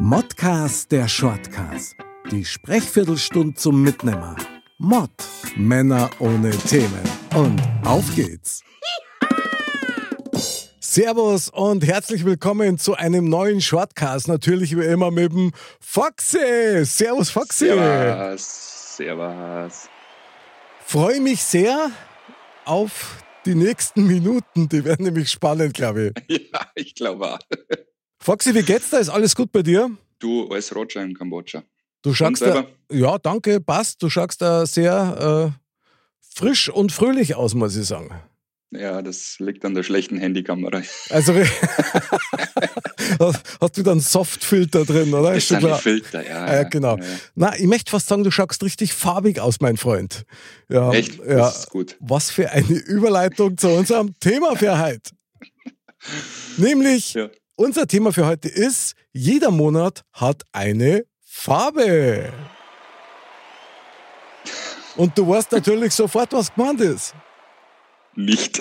Modcast der Shortcast. Die Sprechviertelstunde zum Mitnehmer. Mod. Männer ohne Themen. Und auf geht's. Servus und herzlich willkommen zu einem neuen Shortcast. Natürlich wie immer mit dem Foxy. Servus Foxy. Servus. Freue mich sehr auf die nächsten Minuten. Die werden nämlich spannend, glaube ich. Ja, ich glaube auch. Foxy, wie geht's da? Ist alles gut bei dir? Du, alles Roger in Kambodscha. Du schaust da, ja, danke, passt. Du schaust da sehr frisch und fröhlich aus, muss ich sagen. Ja, das liegt an der schlechten Handykamera. Also hast du dann Softfilter drin, oder? Das sind Filter, ja. Genau. Ja. Na, ich möchte fast sagen, du schaust richtig farbig aus, mein Freund. Ja, echt? Ja. Das ist gut. Was für eine Überleitung zu unserem Thema für heute. Nämlich, unser Thema für heute ist, jeder Monat hat eine Farbe. Und du weißt natürlich sofort, was gemeint ist. Nicht.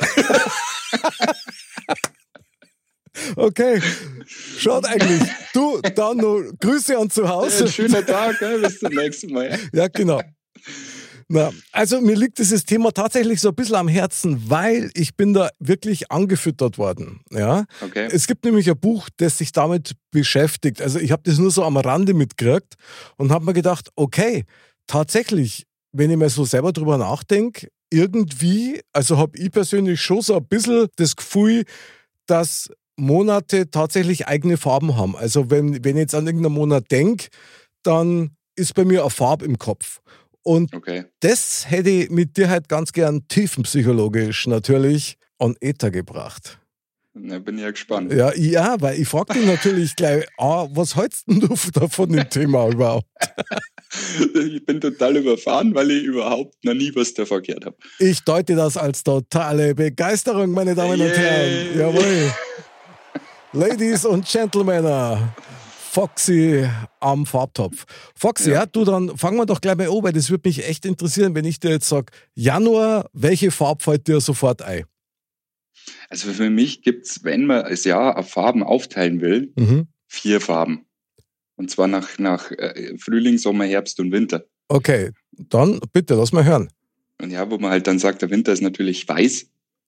Okay, schaut eigentlich. Du, dann noch Grüße an zu Hause. Schöner Tag, bis zum nächsten Mal. Ja, genau. Na, also mir liegt dieses Thema tatsächlich so ein bisschen am Herzen, weil ich bin da wirklich angefüttert worden. Ja? Okay. Es gibt nämlich ein Buch, das sich damit beschäftigt. Also ich habe das nur so am Rande mitgekriegt und habe mir gedacht, okay, tatsächlich, wenn ich mir so selber drüber nachdenke, irgendwie, also habe ich persönlich schon so ein bisschen das Gefühl, dass Monate tatsächlich eigene Farben haben. Also wenn ich jetzt an irgendeinen Monat denke, dann ist bei mir eine Farbe im Kopf. Und das hätte ich mit dir halt ganz gern tiefenpsychologisch natürlich on Äther gebracht. Na, bin ja gespannt. Ja, weil ich frage dich natürlich gleich, was hältst denn du von dem Thema überhaupt? Ich bin total überfahren, weil ich überhaupt noch nie was davon gehört habe. Ich deute das als totale Begeisterung, meine Damen und Herren. Jawohl. Ladies und Gentlemen, Foxy am Farbtopf. Foxy, du, dann fangen wir doch gleich mal an, weil das würde mich echt interessieren, wenn ich dir jetzt sage, Januar, welche Farbe fällt dir sofort ein? Also für mich gibt es, wenn man das Jahr auf Farben aufteilen will, 4 Farben. Und zwar nach Frühling, Sommer, Herbst und Winter. Okay, dann bitte, lass mal hören. Und ja, wo man halt dann sagt, der Winter ist natürlich weiß.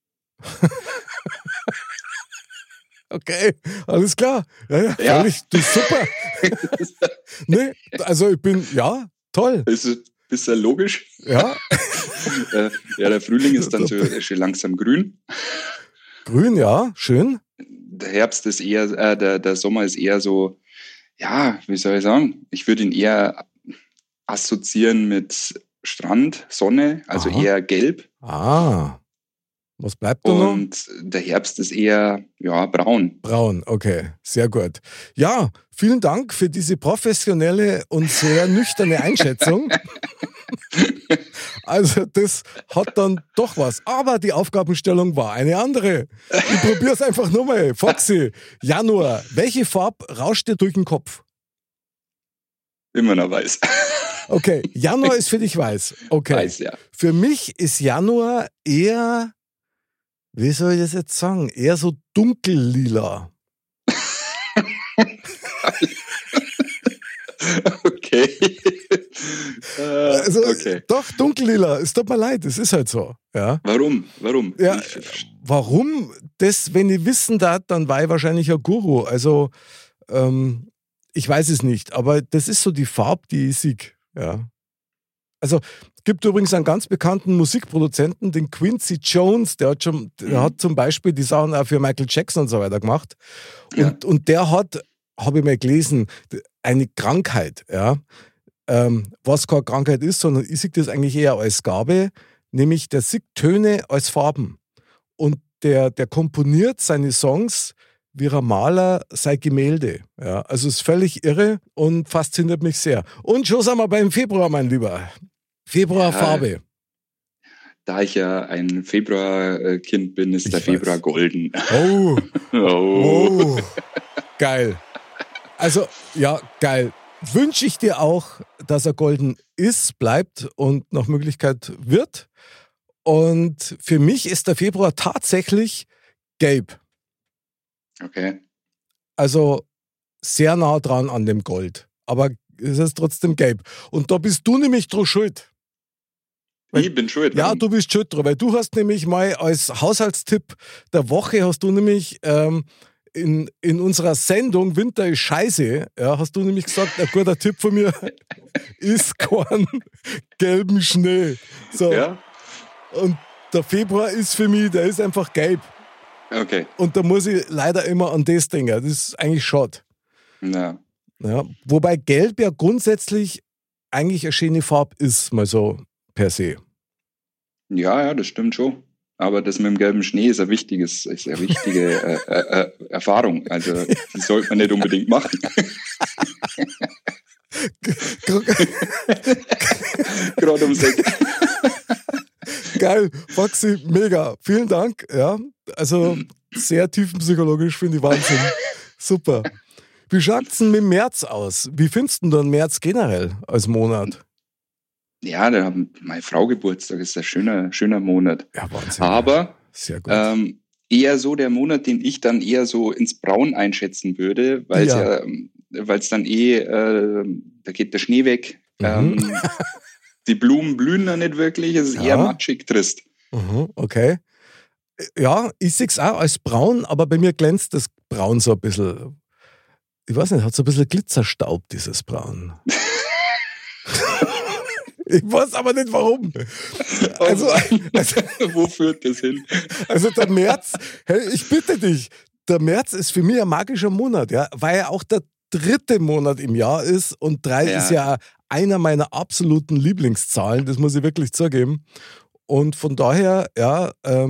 Okay, alles klar. Ja. Völlig, das ist super. Nee, also ich bin, toll. Das ist ja logisch. Ja. Der Frühling ist dann so schon langsam grün. Grün, ja, schön. Der Herbst ist eher, der Sommer ist eher so, ja, wie soll ich sagen? Ich würde ihn eher assoziieren mit Strand, Sonne, also eher gelb. Was bleibt da noch? Und der Herbst ist eher, braun. Braun, okay, sehr gut. Ja, vielen Dank für diese professionelle und sehr nüchterne Einschätzung. Also das hat dann doch was. Aber die Aufgabenstellung war eine andere. Ich probiere es einfach nur mal. Foxy, Januar, welche Farbe rauscht dir durch den Kopf? Immer noch weiß. Okay, Januar ist für dich weiß. Okay. Weiß, ja. Für mich ist Januar eher, wie soll ich das jetzt sagen, eher so dunkellila. Okay. Doch, dunkellila. Es tut mir leid, es ist halt so. Ja. Warum? Ja, warum? Das, wenn ich wissen darf, dann war ich wahrscheinlich ein Guru. Also, ich weiß es nicht, aber das ist so die Farbe, die ich sehe. Ja. Also, gibt übrigens einen ganz bekannten Musikproduzenten, den Quincy Jones, der hat zum Beispiel die Sachen auch für Michael Jackson und so weiter gemacht. Und der hat, habe ich mal gelesen, eine Krankheit, was keine Krankheit ist, sondern ich sehe das eigentlich eher als Gabe, nämlich der sieht Töne als Farben. Und der komponiert seine Songs wie ein Maler sein Gemälde. Ja, also ist völlig irre und fasziniert mich sehr. Und schon sind wir beim Februar, mein Lieber. Februarfarbe. Da ich ja ein Februarkind bin, ist der Februar golden. Oh. Geil. Also, geil. Wünsche ich dir auch, dass er golden ist, bleibt und nach Möglichkeit wird. Und für mich ist der Februar tatsächlich gelb. Okay. Also sehr nah dran an dem Gold. Aber es ist trotzdem gelb. Und da bist du nämlich dran schuld. Ich bin schuld. Ja, du bist schuld dran, weil du hast nämlich mal als Haushaltstipp der Woche hast du nämlich in unserer Sendung Winter ist scheiße, ja, hast du nämlich gesagt, ein guter Tipp von mir, isst keinen gelben Schnee. So. Ja? Und der Februar ist für mich, der ist einfach gelb. Okay. Und da muss ich leider immer an das denken. Das ist eigentlich schade. Ja. Ja, wobei gelb ja grundsätzlich eigentlich eine schöne Farbe ist, mal so per se. Ja, das stimmt schon. Aber das mit dem gelben Schnee ist eine wichtige Erfahrung. Also, das sollte man nicht unbedingt machen. Gerade um 6. Geil, Foxy, mega. Vielen Dank. Ja, also sehr tiefenpsychologisch, finde ich Wahnsinn. Super. Wie schaut es denn mit März aus? Wie findest du denn März generell als Monat? Ja, da haben meine Frau Geburtstag, ist ein schöner Monat. Ja, Wahnsinn. Aber sehr gut. Eher so der Monat, den ich dann eher so ins Braun einschätzen würde, weil es dann da geht der Schnee weg. Die Blumen blühen da nicht wirklich, es ist eher matschig trist. Okay. Ja, ich sehe es auch als braun, aber bei mir glänzt das Braun so ein bisschen, ich weiß nicht, hat so ein bisschen Glitzerstaub, dieses Braun. Ich weiß aber nicht warum. Also, wo führt das hin? Also der März, hey, ich bitte dich, der März ist für mich ein magischer Monat, ja, weil er auch der 3. Monat im Jahr ist und 3 ist ja einer meiner absoluten Lieblingszahlen, das muss ich wirklich zugeben. Und von daher, ja,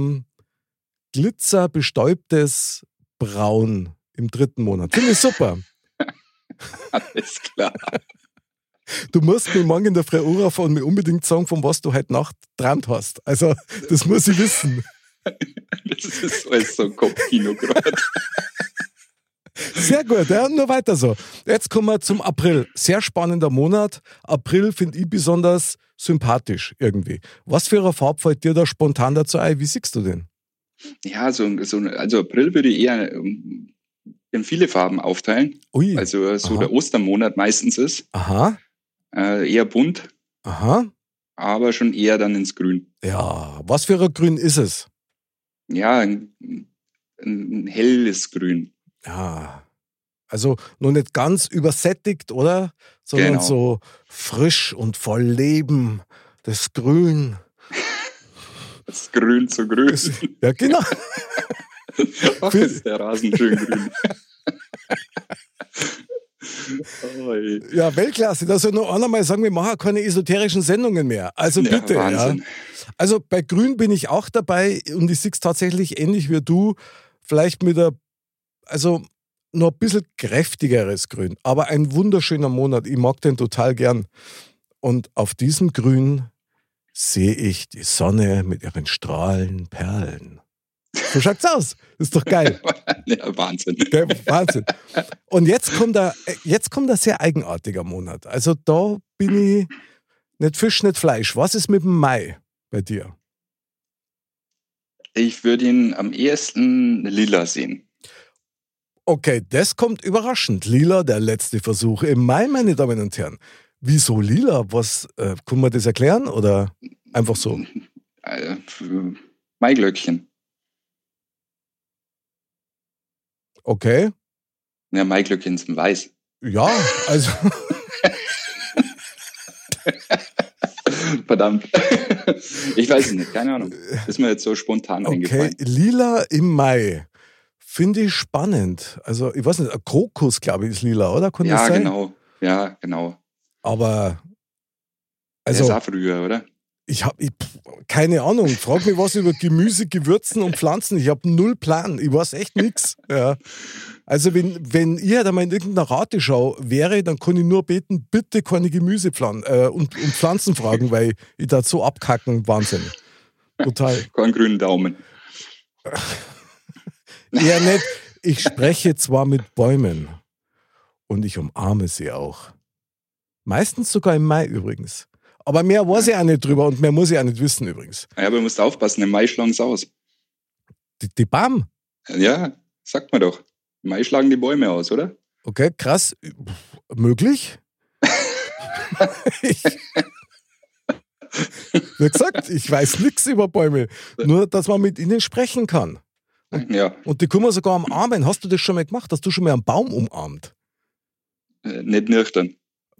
glitzerbestäubtes Braun im 3. Monat. Finde ich super. Alles klar. Du musst mir morgen in der Früh anrufen und mir unbedingt sagen, von was du heute Nacht geträumt hast. Also, das muss ich wissen. Das ist alles so ein Kopfkino gerade. Sehr gut, ja, nur weiter so. Jetzt kommen wir zum April. Sehr spannender Monat. April finde ich besonders sympathisch irgendwie. Was für eine Farbe fällt dir da spontan dazu ein? Wie siehst du den? Ja, also April würde ich eher in viele Farben aufteilen. Ui. Also so der Ostermonat meistens ist. Aha. Eher bunt. Aha. Aber schon eher dann ins Grün. Ja, was für ein Grün ist es? Ja, ein helles Grün. Ja, also noch nicht ganz übersättigt, oder? Sondern so frisch und voll Leben. Das Grün. Das Grün zu grün. Ja, genau. Ach, ist der Rasen schön grün. Ja, Weltklasse. Da soll noch einer mal sagen, wir machen keine esoterischen Sendungen mehr. Also bitte. Wahnsinn. Ja. Also bei Grün bin ich auch dabei und ich sehe es tatsächlich ähnlich wie du. Vielleicht mit also noch ein bisschen kräftigeres Grün. Aber ein wunderschöner Monat. Ich mag den total gern. Und auf diesem Grün sehe ich die Sonne mit ihren Strahlen, Perlen. So schaut's aus. Das ist doch geil. Ja, Wahnsinn. Geil, Wahnsinn. Und jetzt kommt ein sehr eigenartiger Monat. Also da bin ich nicht Fisch, nicht Fleisch. Was ist mit dem Mai bei dir? Ich würde ihn am ehesten lila sehen. Okay, das kommt überraschend. Lila, der letzte Versuch im Mai, meine Damen und Herren. Wieso lila? Was, kann man das erklären oder einfach so? Maiglöckchen. Okay. Ja, Maiglöckchen sind weiß. Ja, also. Verdammt. Ich weiß es nicht, keine Ahnung. Ist mir jetzt so spontan eingefallen. Okay, lila im Mai. Finde ich spannend. Also, ich weiß nicht, ein Krokus, glaube ich, ist lila, oder? Kann das sein? Ja, genau. Aber. Also, der ist auch früher, oder? Ich keine Ahnung. Frag mich was über Gemüse, Gewürzen und Pflanzen. Ich habe null Plan. Ich weiß echt nichts. Ja. Also wenn ich halt einmal in irgendeiner Rateschau wäre, dann kann ich nur beten, bitte keine Gemüse und Pflanzen fragen, weil ich da so abkacken. Wahnsinn. Total. Keinen grünen Daumen. Ja, nicht. Ich spreche zwar mit Bäumen und ich umarme sie auch. Meistens sogar im Mai übrigens. Aber mehr weiß ich auch nicht drüber und mehr muss ich auch nicht wissen übrigens. Ja, aber du musst aufpassen, im Mai schlagen sie aus. Die Baum? Ja, sagt man doch. Im Mai schlagen die Bäume aus, oder? Okay, krass. Möglich? Wie gesagt, ich weiß nichts über Bäume. Nur, dass man mit ihnen sprechen kann. Und die kann man sogar umarmen. Hast du das schon mal gemacht? Hast du schon mal einen Baum umarmt? Nicht nüchtern.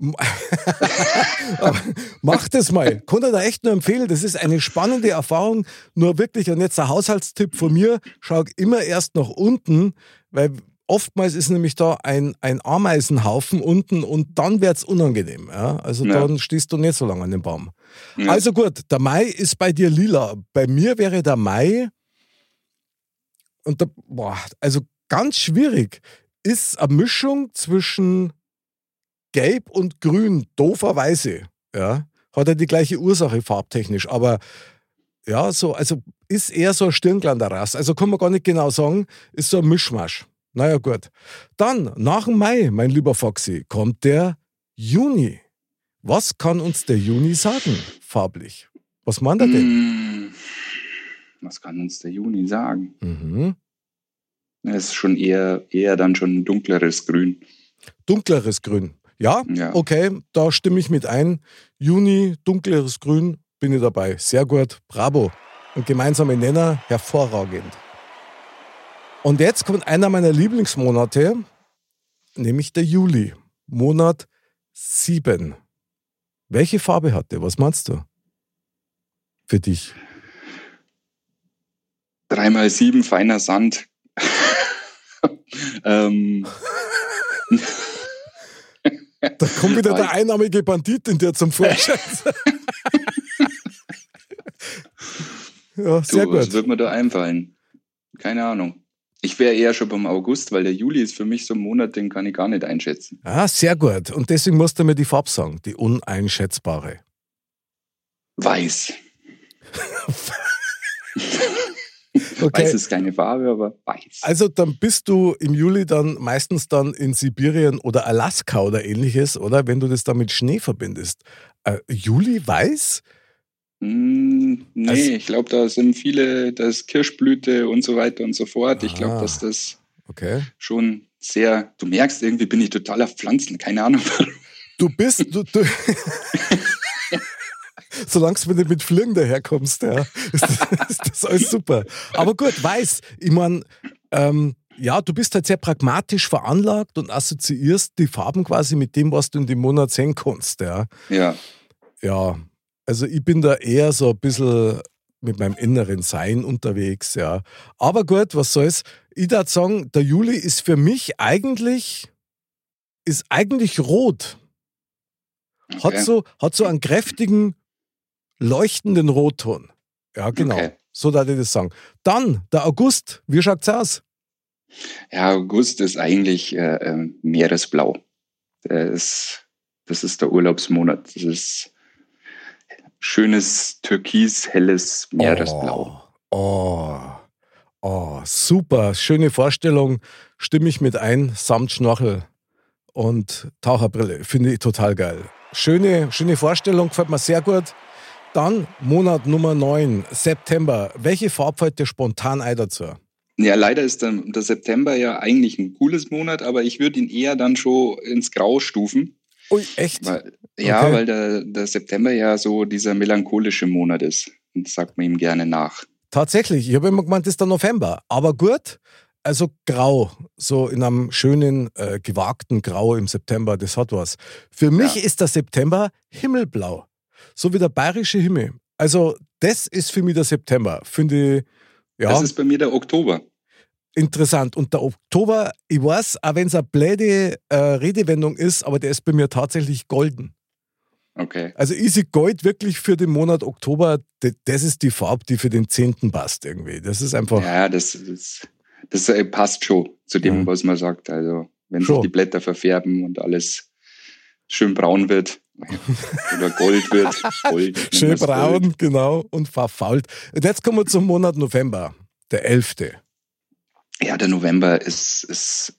Mach das mal. Kann ich da echt nur empfehlen. Das ist eine spannende Erfahrung. Nur wirklich, und jetzt ein Haushaltstipp von mir, schau immer erst nach unten, weil oftmals ist nämlich da ein Ameisenhaufen unten und dann wird es unangenehm. Ja? Also dann stehst du nicht so lange an dem Baum. Ja. Also gut, der Mai ist bei dir lila. Bei mir wäre der Mai, und also ganz schwierig, ist eine Mischung zwischen Gelb und Grün, dooferweise. Ja? Hat ja die gleiche Ursache farbtechnisch, aber ja, so, also ist eher so ein Stirnglanderrass. Also kann man gar nicht genau sagen, ist so ein Mischmasch. Naja, gut. Dann, nach dem Mai, mein lieber Foxy, kommt der Juni. Was kann uns der Juni sagen, farblich? Was meint er denn? Was kann uns der Juni sagen? Es ist schon eher dann schon ein dunkleres Grün. Dunkleres Grün. Ja, okay, da stimme ich mit ein. Juni, dunkleres Grün, bin ich dabei. Sehr gut, bravo. Und gemeinsame Nenner, hervorragend. Und jetzt kommt einer meiner Lieblingsmonate, nämlich der Juli, Monat 7. Welche Farbe hat der? Was meinst du? Für dich? 3x7, feiner Sand. Da kommt wieder der einarmige Bandit in dir zum Vorschein. Ja, sehr gut. Was wird mir da einfallen? Keine Ahnung. Ich wäre eher schon beim August, weil der Juli ist für mich so ein Monat, den kann ich gar nicht einschätzen. Ah, sehr gut. Und deswegen musst du mir die Farbe sagen, die uneinschätzbare. Weiß. Okay. Weiß ist keine Farbe, aber weiß. Also dann bist du im Juli dann meistens dann in Sibirien oder Alaska oder ähnliches, oder? Wenn du das dann mit Schnee verbindest. Juli weiß? Nee, also, ich glaube, da sind viele, da ist Kirschblüte und so weiter und so fort. Ich glaube, dass das schon sehr, du merkst, irgendwie bin ich total auf Pflanzen, keine Ahnung warum. Du solange du nicht mit Fliegen daherkommst, ja, ist das alles super. Aber gut, weiß, ich meine, du bist halt sehr pragmatisch veranlagt und assoziierst die Farben quasi mit dem, was du in dem Monat sehen kannst. Ja. Ja, also ich bin da eher so ein bisschen mit meinem inneren Sein unterwegs, ja. Aber gut, was soll's. Ich würde sagen, der Juli ist für mich eigentlich rot. Okay. Hat so einen kräftigen, leuchtenden Rotton. Ja, genau. Okay. So darf ich das sagen. Dann, der August, wie schaut's aus? Ja, August ist eigentlich Meeresblau. Das ist der Urlaubsmonat. Das ist schönes, türkis, helles Meeresblau. Oh, super. Schöne Vorstellung. Stimme ich mit ein, samt Schnorchel und Taucherbrille. Finde ich total geil. Schöne Vorstellung, gefällt mir sehr gut. Dann Monat Nummer 9, September. Welche Farbe fällt dir spontan ein dazu? Ja, leider ist der September ja eigentlich ein cooles Monat, aber ich würde ihn eher dann schon ins Grau stufen. Ui, echt? Weil der September ja so dieser melancholische Monat ist. Und das sagt man ihm gerne nach. Tatsächlich, ich habe immer gemeint, das ist der November. Aber gut, also grau, so in einem schönen, gewagten Grau im September, das hat was. Für mich ist der September himmelblau. So wie der bayerische Himmel. Also das ist für mich der September. Finde ich, ja. Das ist bei mir der Oktober. Interessant. Und der Oktober, ich weiß, auch wenn es eine blöde Redewendung ist, aber der ist bei mir tatsächlich golden. Okay. Also ich sehe Gold wirklich für den Monat Oktober, das ist die Farbe, die für den 10. passt irgendwie. Das ist einfach... Ja, das passt schon zu dem, was man sagt. Also wenn sich die Blätter verfärben und alles schön braun wird oder Gold wird. Schön braun, Gold. Genau, und verfault. Und jetzt kommen wir zum Monat November, der 11. Ja, der November das ist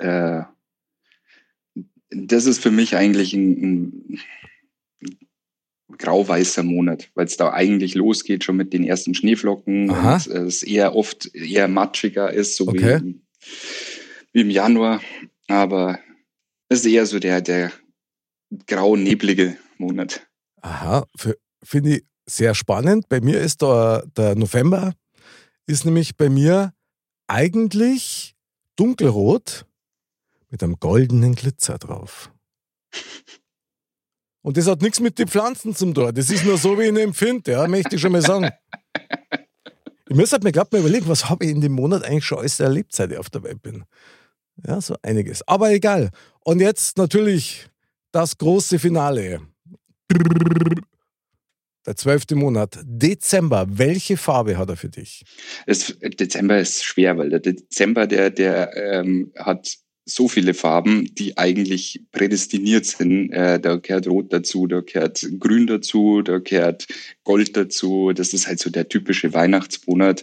für mich eigentlich ein grau-weißer Monat, weil es da eigentlich losgeht schon mit den ersten Schneeflocken und es oft eher matschiger ist, so wie im Januar. Aber Das ist eher so der grau-neblige Monat. Aha, finde ich sehr spannend. Bei mir ist der November, ist nämlich bei mir eigentlich dunkelrot mit einem goldenen Glitzer drauf. Und das hat nichts mit den Pflanzen zum tun. Das ist nur so, wie ich ihn empfinde, ja, möchte ich schon mal sagen. Ich müsste mir gerade mal überlegen, was habe ich in dem Monat eigentlich schon alles erlebt, seit ich auf der Welt bin. Ja, so einiges. Aber egal. Und jetzt natürlich das große Finale. Der 12. Monat, Dezember. Welche Farbe hat er für dich? Dezember ist schwer, weil der Dezember, der hat so viele Farben, die eigentlich prädestiniert sind. Da gehört Rot dazu, da gehört Grün dazu, da gehört Gold dazu. Das ist halt so der typische Weihnachtsmonat.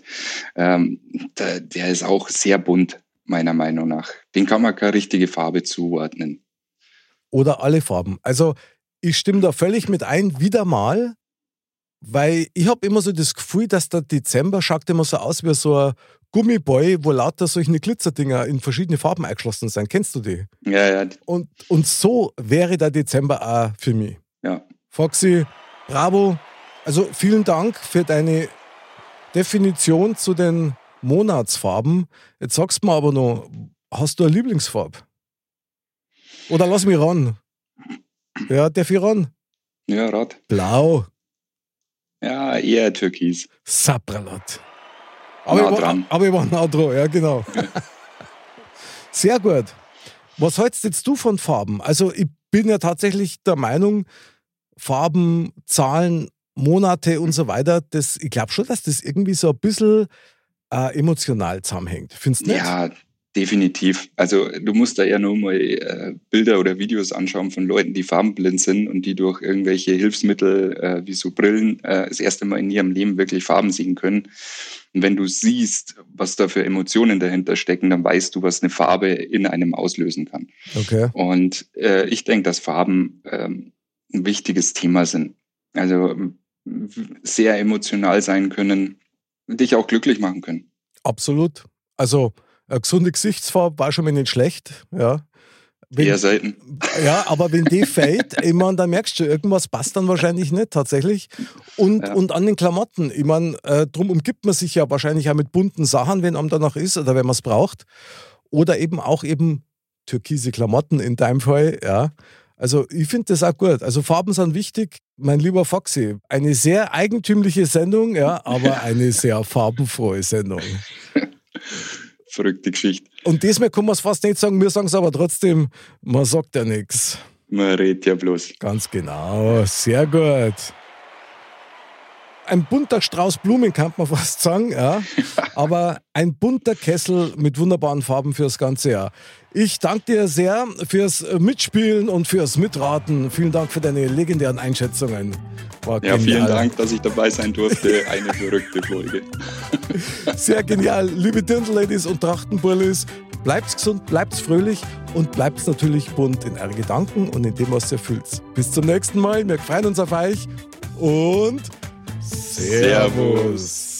Der ist auch sehr bunt, meiner Meinung nach. Den kann man keine richtige Farbe zuordnen. Oder alle Farben. Also ich stimme da völlig mit ein, wieder mal, weil ich habe immer so das Gefühl, dass der Dezember schaut immer so aus wie so ein Gummiboy, wo lauter solche Glitzerdinger in verschiedene Farben eingeschlossen sind. Kennst du die? Ja. Und so wäre der Dezember auch für mich. Ja. Foxy, bravo. Also vielen Dank für deine Definition zu den Monatsfarben. Jetzt sagst du mir aber noch, hast du eine Lieblingsfarbe? Oder lass mich ran. Ja, darf ich ran? Ja, rat. Blau. Ja, eher Türkis. Sapralat. Aber ich war nah dran, ja genau. Ja. Sehr gut. Was hältst jetzt du von Farben? Also ich bin ja tatsächlich der Meinung, Farben, Zahlen, Monate und so weiter, ich glaube schon, dass das irgendwie so ein bisschen emotional zusammenhängt. Findest du nicht? Ja, definitiv. Also du musst da ja nur mal Bilder oder Videos anschauen von Leuten, die farbenblind sind und die durch irgendwelche Hilfsmittel wie so Brillen das erste Mal in ihrem Leben wirklich Farben sehen können. Und wenn du siehst, was da für Emotionen dahinter stecken, dann weißt du, was eine Farbe in einem auslösen kann. Okay. Und ich denke, dass Farben ein wichtiges Thema sind. Also sehr emotional sein können, dich auch glücklich machen können. Absolut. Also eine gesunde Gesichtsfarbe war schon mal nicht schlecht. Ja. Eher selten. Ja, aber wenn die fällt, ich meine, dann merkst du, irgendwas passt dann wahrscheinlich nicht tatsächlich. Und an den Klamotten, ich meine, drum umgibt man sich ja wahrscheinlich auch mit bunten Sachen, wenn einem danach ist oder wenn man es braucht. Oder eben auch türkise Klamotten in deinem Fall, ja. Also ich finde das auch gut. Also Farben sind wichtig. Mein lieber Foxy, eine sehr eigentümliche Sendung, ja, aber eine sehr farbenfrohe Sendung. Verrückte Geschichte. Und diesmal kann man es fast nicht sagen, wir sagen es aber trotzdem, man sagt ja nichts. Man redet ja bloß. Ganz genau, sehr gut. Ein bunter Strauß Blumen kann man fast sagen, ja. Aber ein bunter Kessel mit wunderbaren Farben fürs ganze Jahr. Ich danke dir sehr fürs Mitspielen und fürs Mitraten. Vielen Dank für deine legendären Einschätzungen. Ja, vielen Dank, dass ich dabei sein durfte. Eine verrückte Folge. Sehr genial. Liebe Dirndl-Ladies und Trachtenbullis, bleibt's gesund, bleibt's fröhlich und bleibt's natürlich bunt in euren Gedanken und in dem, was ihr fühlt. Bis zum nächsten Mal. Wir freuen uns auf euch und Servus.